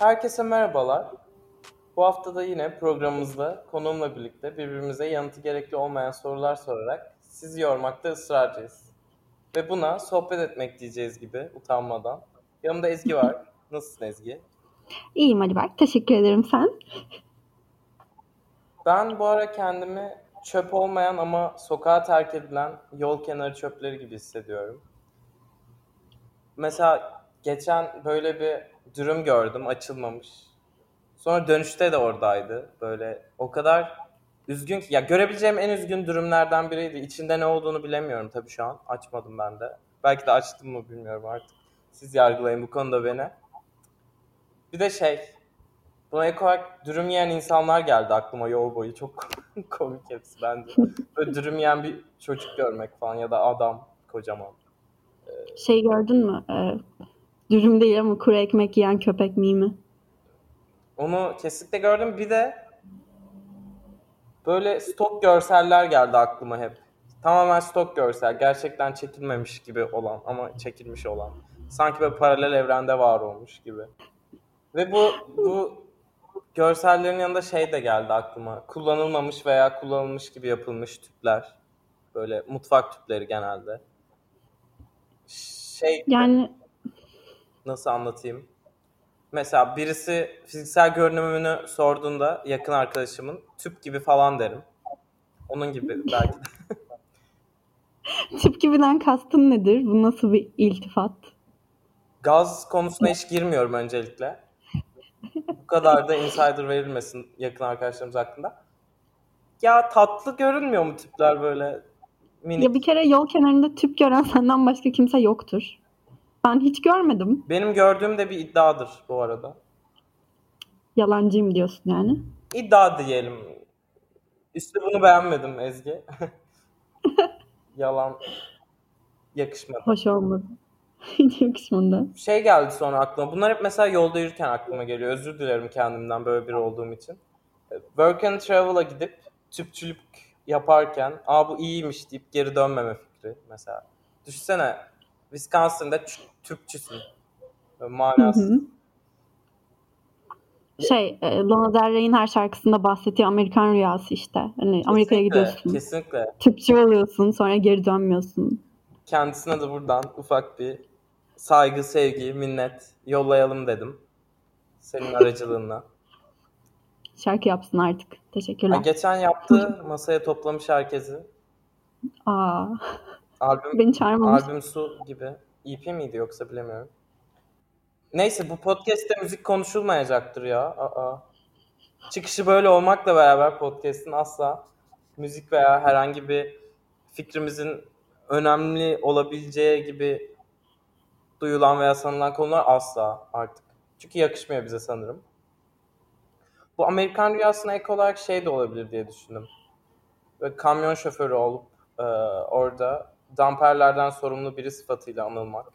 Herkese merhabalar. Bu hafta da yine programımızda konuğumla birlikte birbirimize yanıtı gerekli olmayan sorular sorarak sizi yormakta ısrarcıyız. Ve buna sohbet etmek diyeceğiz gibi utanmadan. Yanımda Ezgi var. Nasılsın Ezgi? İyiyim Ali Berk. Teşekkür ederim sen. Ben bu ara kendimi çöp olmayan ama sokağa terk edilen yol kenarı çöpleri gibi hissediyorum. Mesela geçen böyle bir dürüm gördüm, açılmamış. Sonra dönüşte de oradaydı. Böyle o kadar üzgün ki. Ya görebileceğim en üzgün dürümlerden biriydi. İçinde ne olduğunu bilemiyorum tabii şu an. Açmadım ben de. Belki de açtım mı bilmiyorum artık. Siz yargılayın bu konuda beni. Bir de buna ek olarak dürüm yiyen insanlar geldi aklıma yol boyu. Çok komik hepsi bence. Böyle dürüm yiyen bir çocuk görmek falan ya da adam kocaman. Gördün mü? Dürüm değil ama kuru ekmek yiyen köpek mimi. Onu kesinlikle gördüm. Bir de böyle stok görseller geldi aklıma hep. Tamamen stok görsel. Gerçekten çekilmemiş gibi olan ama çekilmiş olan. Sanki böyle paralel evrende var olmuş gibi. Ve bu görsellerin yanında de geldi aklıma. Kullanılmamış veya kullanılmış gibi yapılmış tüpler. Böyle mutfak tüpleri genelde. Yani Nasıl anlatayım? Mesela birisi fiziksel görünümünü sorduğunda yakın arkadaşımın tüp gibi falan derim. Onun gibi belki de. tip gibiden kastın nedir? Bu nasıl bir iltifat? Gaz konusuna hiç girmiyorum öncelikle. Bu kadar da insider verilmesin yakın arkadaşlarımız hakkında. Ya tatlı görünmüyor mu tipler böyle minik? Ya bir kere yol kenarında tüp gören senden başka kimse yoktur. Ben hiç görmedim. Benim gördüğüm de bir iddiadır bu arada. Yalancıyım diyorsun yani. İddia diyelim. Üslubunu beğenmedim Ezgi. Yalan yakışmadı. Hoş olmadı. Hiç yakışmadı. Geldi sonra aklıma. Bunlar hep mesela yolda yürürken aklıma geliyor. Özür dilerim kendimden böyle biri olduğum için. Work and Travel'a gidip tüpçülük yaparken bu iyiymiş deyip geri dönmeme fikri mesela. Düşünsene Wisconsin'da tüpçüsün. Böyle Hı manasız. hı. Lana Del Rey'in her şarkısında bahsettiği Amerikan rüyası işte. Hani Amerika'ya gidiyorsun. Kesinlikle. Tüpçü oluyorsun, sonra geri dönmüyorsun. Kendisine de buradan ufak bir saygı, sevgi, minnet yollayalım dedim. Senin aracılığınla. Şarkı yapsın artık. Teşekkürler. Geçen yaptı, masaya toplamış herkesi. Beni çağırmamış. Albüm Su gibi. EP miydi yoksa bilemiyorum. Neyse bu podcast'te müzik konuşulmayacaktır ya. Çıkışı böyle olmakla beraber podcast'in asla müzik veya herhangi bir fikrimizin önemli olabileceği gibi duyulan veya sanılan konular asla artık. Çünkü yakışmıyor bize sanırım. Bu Amerikan rüyasına ek olarak de olabilir diye düşündüm. Böyle kamyon şoförü olup orada damperlerden sorumlu biri sıfatıyla anılmak.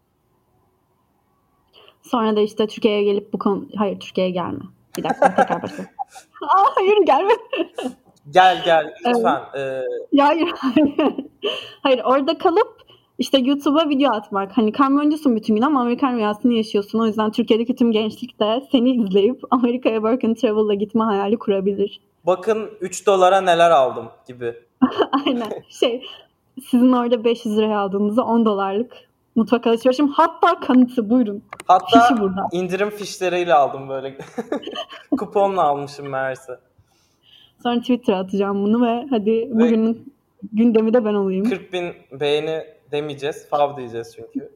Sonra da işte Türkiye'ye gelip Hayır, Türkiye'ye gelme. Bir dakika tekrar başlayalım. Hayır gelme. Gel lütfen. Hayır. Hayır, orada kalıp işte YouTube'a video atmak. Hani kamyoncusun bütün gün ama Amerikan rüyasını yaşıyorsun. O yüzden Türkiye'deki tüm gençlik de seni izleyip Amerika'ya work and travel'la gitme hayali kurabilir. Bakın 3 dolara neler aldım gibi. Aynen. Sizin orada 500 liraya aldığınızda 10 dolarlık mutfak alışverişim. Hatta kanıtı buyurun. Hatta indirim fişleriyle aldım böyle. Kuponla almışım meğerse. Sonra Twitter'a atacağım bunu ve hadi bugünün gündemi de ben olayım. 40.000 beğeni demeyeceğiz. Fav diyeceğiz çünkü.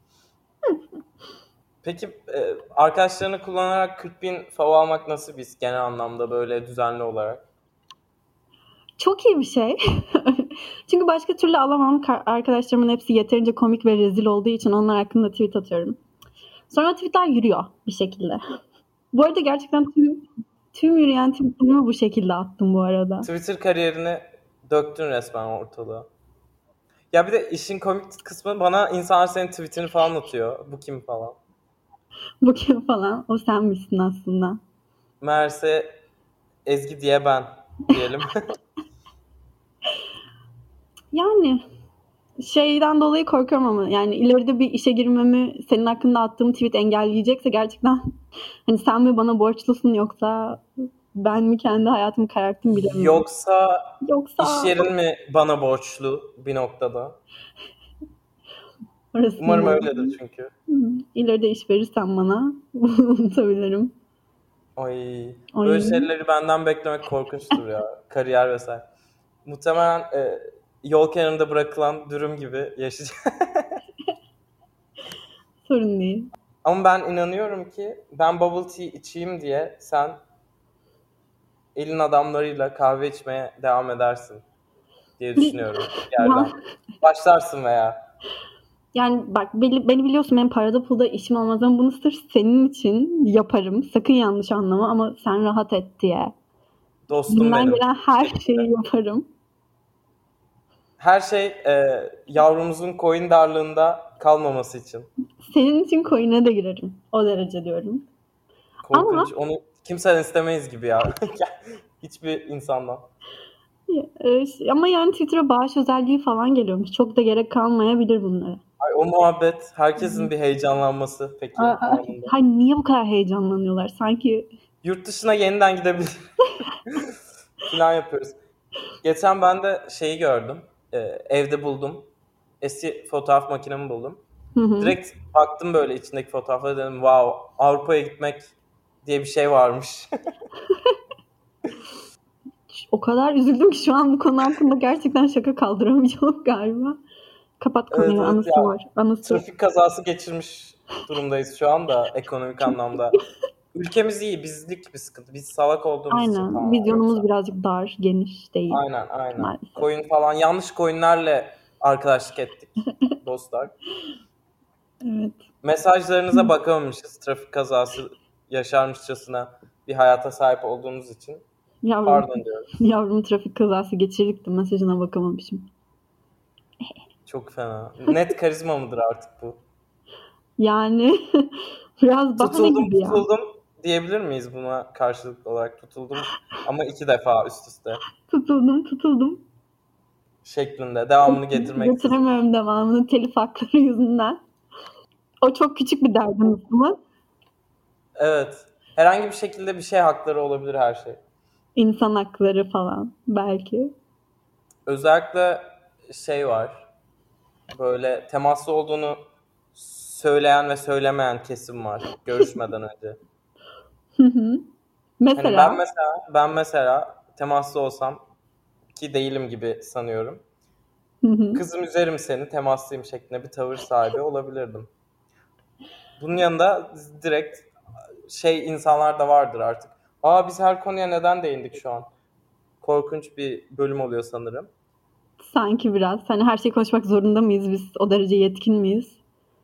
Peki arkadaşlarını kullanarak 40.000 fav almak nasıl bir his genel anlamda böyle düzenli olarak? Çok iyi bir şey. Çünkü başka türlü alamam. Arkadaşlarımın hepsi yeterince komik ve rezil olduğu için onlar hakkında tweet atıyorum. Sonra tweetler yürüyor bir şekilde. Bu arada gerçekten tüm yürüyen tweetlerimi bu şekilde attım bu arada. Twitter kariyerini döktün resmen ortalığa. Ya bir de işin komik kısmı bana insanlar senin tweetini falan atıyor. Bu kim falan. Bu kim falan. O sen misin aslında. Meğerse Ezgi diye ben diyelim. Yani Şeyden dolayı korkuyorum ama yani ileride bir işe girmemi senin hakkında attığım tweet engelleyecekse gerçekten hani sen mi bana borçlusun yoksa ben mi kendi hayatımı kararttım bilemiyorum. Yoksa iş Yoksa yerin mi bana borçlu bir noktada? orasını Umarım öyledir çünkü. ileride iş verirsen bana unutabilirim. Ay, böyle Ay, şeyleri benden beklemek korkunçtur ya. Kariyer vesaire. Muhtemelen yol kenarında bırakılan dürüm gibi yaşayacağım. sorun değil. Ama ben inanıyorum ki ben bubble tea içeyim diye sen elin adamlarıyla kahve içmeye devam edersin diye düşünüyorum bir Ya, yerden. Başlarsın veya yani bak beni biliyorsun, benim parada pulda işim olmaz ama bunu sırf senin için yaparım. Sakın yanlış anlama ama sen rahat et diye. dostum Elimden benim gelen bir her şekilde. şeyi yaparım. Her şey yavrumuzun koyun darlığında kalmaması için. Senin için coin'e de girerim. O derece diyorum. Ama Korkunç. Onu kimseden istemeyiz gibi ya. Hiçbir insandan. ama yani Twitter'a bağış özelliği falan geliyormuş. Çok da gerek kalmayabilir bunlara. Ay, o muhabbet herkesin bir heyecanlanması peki anında. Hayır, niye bu kadar heyecanlanıyorlar? Sanki Yurt dışına yeniden gidebilir falan yapıyoruz. Geçen ben de şeyi gördüm. Evde buldum. Eski fotoğraf makinemi buldum. hı hı. Direkt baktım böyle içindeki fotoğraflara, dedim wow, Avrupa'ya gitmek diye bir şey varmış. O kadar üzüldüm ki şu an bu konu hakkında gerçekten şaka kaldıramayacağım galiba. Kapat Evet konuyu. evet Anısı ya, var. Anısı. trafik kazası geçirmiş durumdayız şu anda ekonomik anlamda. Ülkemiz iyi, bizlik bir sıkıntı. Biz salak olduğumuz için Aynen. tamamen, Vizyonumuz yoksa. birazcık dar, geniş değil Aynen. maalesef. Koyun falan, yanlış koyunlarla arkadaşlık ettik dostlar. Evet. Mesajlarınıza bakamamışız. Trafik kazası yaşarmışçasına bir hayata sahip olduğunuz için. Yavrum, Pardon diyorum. yavrum trafik kazası geçirdik de mesajına bakamamışım. Çok fena. Net karizma mıdır artık bu? Yani biraz bahane gibi ya. Tutuldum diyebilir miyiz buna karşılıklı olarak? Tutuldum ama 2 defa üst üste Tutuldum. şeklinde. Devamını getirmeksizin. Getiremiyorum devamını telif hakları yüzünden. O çok küçük bir derdimiz ama Evet. Herhangi bir şekilde bir şey hakları olabilir, her şey. insan hakları falan belki. Özellikle şey var. Böyle temaslı olduğunu söyleyen ve söylemeyen kesim var görüşmeden önce. Hı hı. Hani Mesela ben mesela temaslı olsam, ki değilim gibi sanıyorum. hı hı. Kızım üzerim seni, temaslıyım şeklinde bir tavır sahibi olabilirdim. Bunun yanında direkt şey insanlar da vardır artık. Aa, biz her konuya neden değindik şu an? Korkunç bir bölüm oluyor sanırım. Sanki biraz. Hani her şeyi konuşmak zorunda mıyız biz? O derece yetkin miyiz?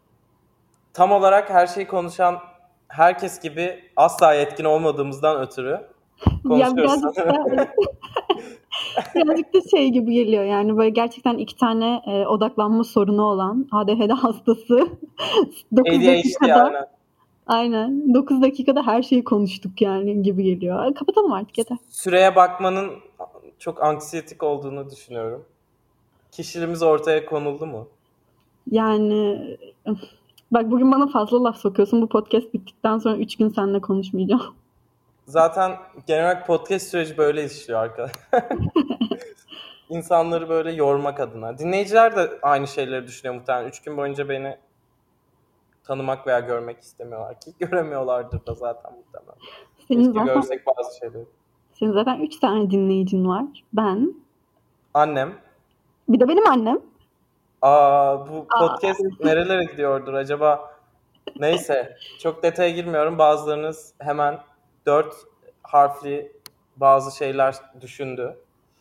Tam olarak her şeyi konuşan herkes gibi asla yetkin olmadığımızdan ötürü Ya konuşuyoruz birazcık sanırım. da birazcık da şey gibi geliyor yani böyle gerçekten iki tane odaklanma sorunu olan ADHD hastası 9 ADHD dakikada yani. aynen 9 dakikada her şeyi konuştuk yani gibi geliyor. Kapatalım artık yeter. Süreye bakmanın çok anksiyetik olduğunu düşünüyorum. Kişiliğimiz ortaya konuldu mu? Yani bak bugün bana fazla laf sokuyorsun. Bu podcast bittikten sonra 3 gün seninle konuşmayacağım. Zaten genel olarak podcast süreci böyle işliyor arkadaşlar. İnsanları böyle yormak adına. Dinleyiciler de aynı şeyleri düşünüyor muhtemelen. 3 gün boyunca beni tanımak veya görmek istemiyorlar ki. Göremiyorlardır da zaten muhtemelen. Senin Keşke zaten görsek bazı şeyleri. senin zaten 3 tane dinleyicin var. Ben, Annem. bir de benim annem. Bu Aa, podcast nerelere gidiyordur acaba? Neyse. Çok detaya girmiyorum. Bazılarınız hemen 4 harfli bazı şeyler düşündü.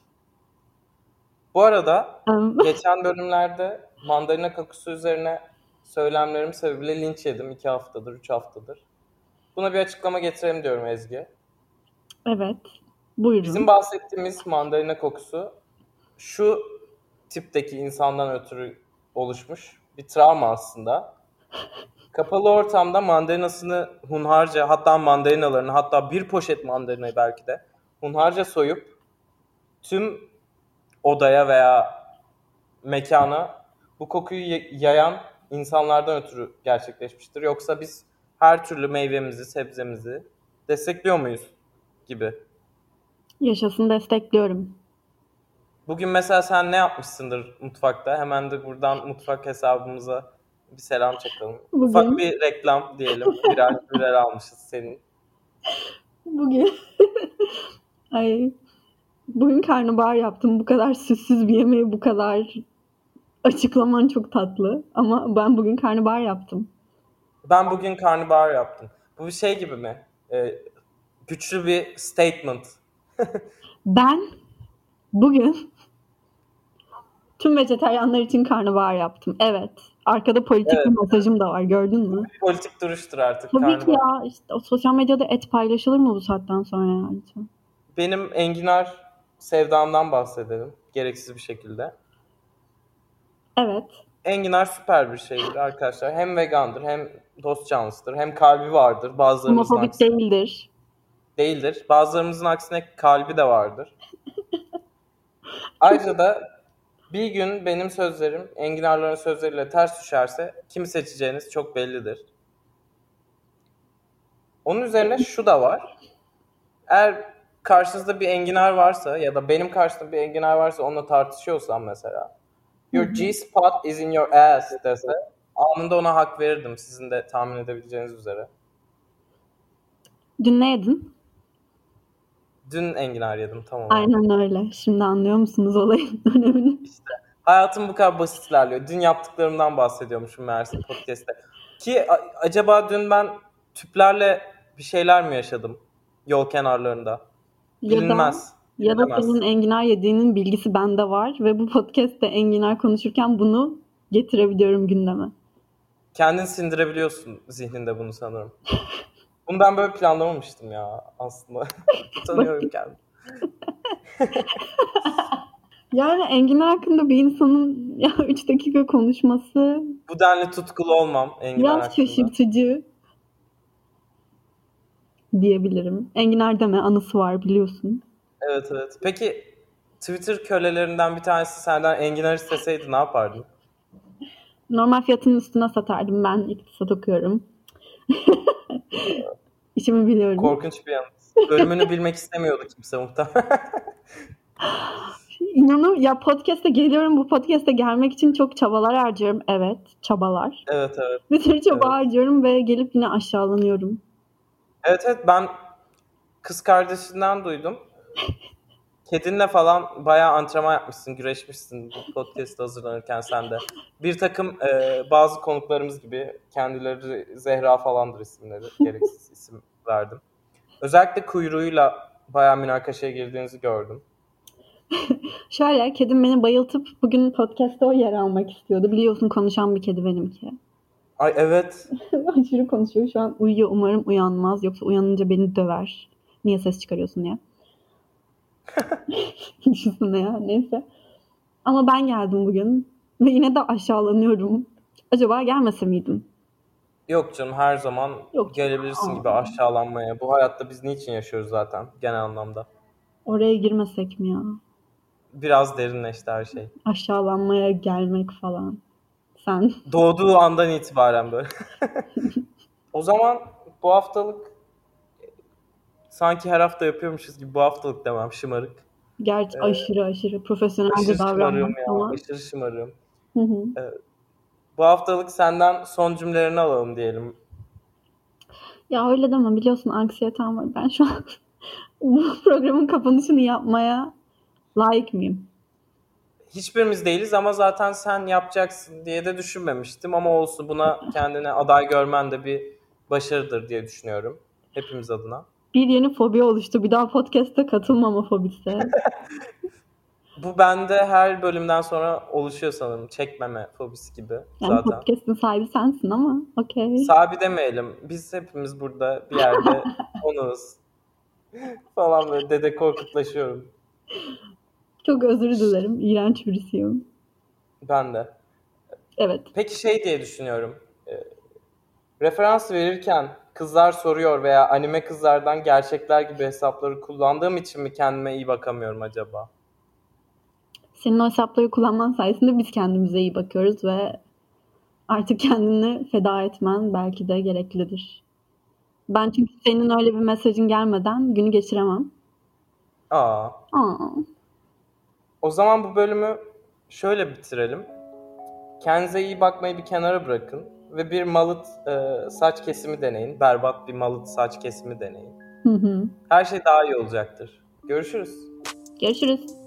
Bu arada geçen bölümlerde mandalina kokusu üzerine söylemlerim sebebiyle linç yedim 2 haftadır, 3 haftadır. Buna bir açıklama getireyim diyorum Ezgi. evet. Bizim Buyurun. bahsettiğimiz mandalina kokusu şu tipteki insandan ötürü oluşmuş bir travma aslında. Kapalı ortamda mandalinasını hunharca, hatta mandalinalarını, hatta bir poşet mandalinayı belki de hunharca soyup tüm odaya veya mekana bu kokuyu yayan insanlardan ötürü gerçekleşmiştir. Yoksa biz her türlü meyvemizi, sebzemizi destekliyor muyuz gibi. Yaşasın, destekliyorum. Bugün mesela sen ne yapmışsındır mutfakta? Hemen de buradan mutfak hesabımıza bir selam çakalım. Ufak Bugün bir reklam diyelim. Birer almışız senin. bugün ay bugün karnabahar yaptım. Bu kadar süssüz bir yemeği bu kadar açıklaman çok tatlı. Ama ben bugün karnabahar yaptım. Ben bugün karnabahar yaptım. Bu bir şey gibi mi? Güçlü bir statement. Ben bugün tüm vejetaryenler için karnabahar yaptım. Evet. Arkada politik Evet, bir mesajım da var. Gördün mü? politik duruştur artık Tabii ki karnabahar. ya. İşte o sosyal medyada et paylaşılır mı bu saatten sonra yani? Benim enginar sevdamdan bahsedelim. Gereksiz bir şekilde. Evet. Enginar süper bir şeydir arkadaşlar. Hem vegandır, hem dost canlısıdır, hem kalbi vardır. Bazılarımızın Homofobik aksine değildir. değildir. Bazılarımızın aksine kalbi de vardır. Ayrıca da bir gün benim sözlerim enginarların sözleriyle ters düşerse kimi seçeceğiniz çok bellidir. Onun üzerine şu da var. Eğer karşınızda bir enginar varsa ya da benim karşımda bir enginar varsa onunla tartışıyorsam mesela your G-spot is in your ass dese anında ona hak verirdim sizin de tahmin edebileceğiniz üzere. Dün ne yedin? Dün enginar yedim tam olarak. Aynen öyle. Şimdi anlıyor musunuz olayın önemini? Hayatım bu kadar basit ilerliyor. Dün yaptıklarımdan bahsediyormuşum meğerse podcast'te. Ki acaba dün ben tüplerle bir şeyler mi yaşadım yol kenarlarında? Bilinmez. Ya da Bilinmez. senin enginar yediğinin bilgisi bende var ve bu podcast'te enginar konuşurken bunu getirebiliyorum gündeme. Kendin sindirebiliyorsun zihninde bunu sanırım. Bunu ben böyle planlamamıştım ya aslında. Utanıyorum kendimi. Yani enginar hakkında bir insanın ya 3 dakika konuşması Bu denli tutkulu olmam enginar biraz hakkında. şaşırtıcı diyebilirim. Enginar deme anısı var biliyorsun. Evet. Peki Twitter kölelerinden bir tanesi senden enginar isteseydi ne yapardın? Normal fiyatının üstüne satardım. Ben iktisat okuyorum. İşimi biliyorum. Korkunç bir yanıt. Bölümünü bilmek istemiyordu kimse muhtemelen. İnanın ya podcast'e geliyorum. Bu podcast'e gelmek için çok çabalar harcıyorum. Evet, çabalar. Evet. Bir sürü çaba harcıyorum ve gelip yine aşağılanıyorum. Evet ben kız kardeşinden duydum. Kedinle falan bayağı antrenman yapmışsın, güreşmişsin bu podcast hazırlanırken sen de. Bir takım bazı konuklarımız gibi kendileri Zehra falandır isimleri. Gereksiz isim verdim. Özellikle kuyruğuyla bayağı münakaşaya girdiğinizi gördüm. Şöyle kedim beni bayıltıp bugün podcast'ta o yer almak istiyordu. Biliyorsun konuşan bir kedi benimki. Ay evet. Aşırı konuşuyor. Şu an uyuyor. Umarım uyanmaz. Yoksa uyanınca beni döver. Niye ses çıkarıyorsun diye. Düşünsene ya. Neyse. Ama ben geldim bugün. Ve yine de aşağılanıyorum. Acaba gelmese miydim? Yok canım her zaman gelebilirsin gibi aşağılanmaya. Bu hayatta biz niçin yaşıyoruz zaten genel anlamda? Oraya girmesek mi ya? Biraz derinleşti her şey. Aşağılanmaya gelmek falan. Sen. Doğduğu andan itibaren böyle. O zaman bu haftalık sanki her hafta yapıyormuşuz gibi bu haftalık demem şımarık. Gerçi aşırı profesyonelce davranmak ama. Aşırı şımarığım. Hı. Bu haftalık senden son cümlelerini alalım diyelim. Ya öyle deme biliyorsun anksiyetem var. Ben şu an bu programın kapanışını yapmaya layık mıyım? Hiçbirimiz değiliz ama zaten sen yapacaksın diye de düşünmemiştim. Ama olsun buna kendine aday görmen de bir başarıdır diye düşünüyorum. Hepimiz adına. Bir yeni fobi oluştu. Bir daha podcast'e katılmama fobisi. Bu bende her bölümden sonra oluşuyor sanırım. Çekmeme fobisi gibi Yani zaten. podcast'in sahibi sensin ama okey. Sahibi demeyelim. Biz hepimiz burada bir yerde konuğuz. Falan böyle Dede Korkutlaşıyorum. Çok özür dilerim. İğrenç birisiyim. Ben de. Evet. Peki şey diye düşünüyorum. Referans verirken kızlar soruyor veya anime kızlardan gerçekler gibi hesapları kullandığım için mi kendime iyi bakamıyorum acaba? Senin o hesapları kullanman sayesinde biz kendimize iyi bakıyoruz ve artık kendini feda etmen belki de gereklidir. Ben çünkü senin öyle bir mesajın gelmeden günü geçiremem. Aa. Aa. O zaman bu bölümü şöyle bitirelim. Kendinize iyi bakmayı bir kenara bırakın ve bir malıt saç kesimi deneyin. Berbat bir malıt saç kesimi deneyin. Hı hı. Her şey daha iyi olacaktır. Görüşürüz. Görüşürüz.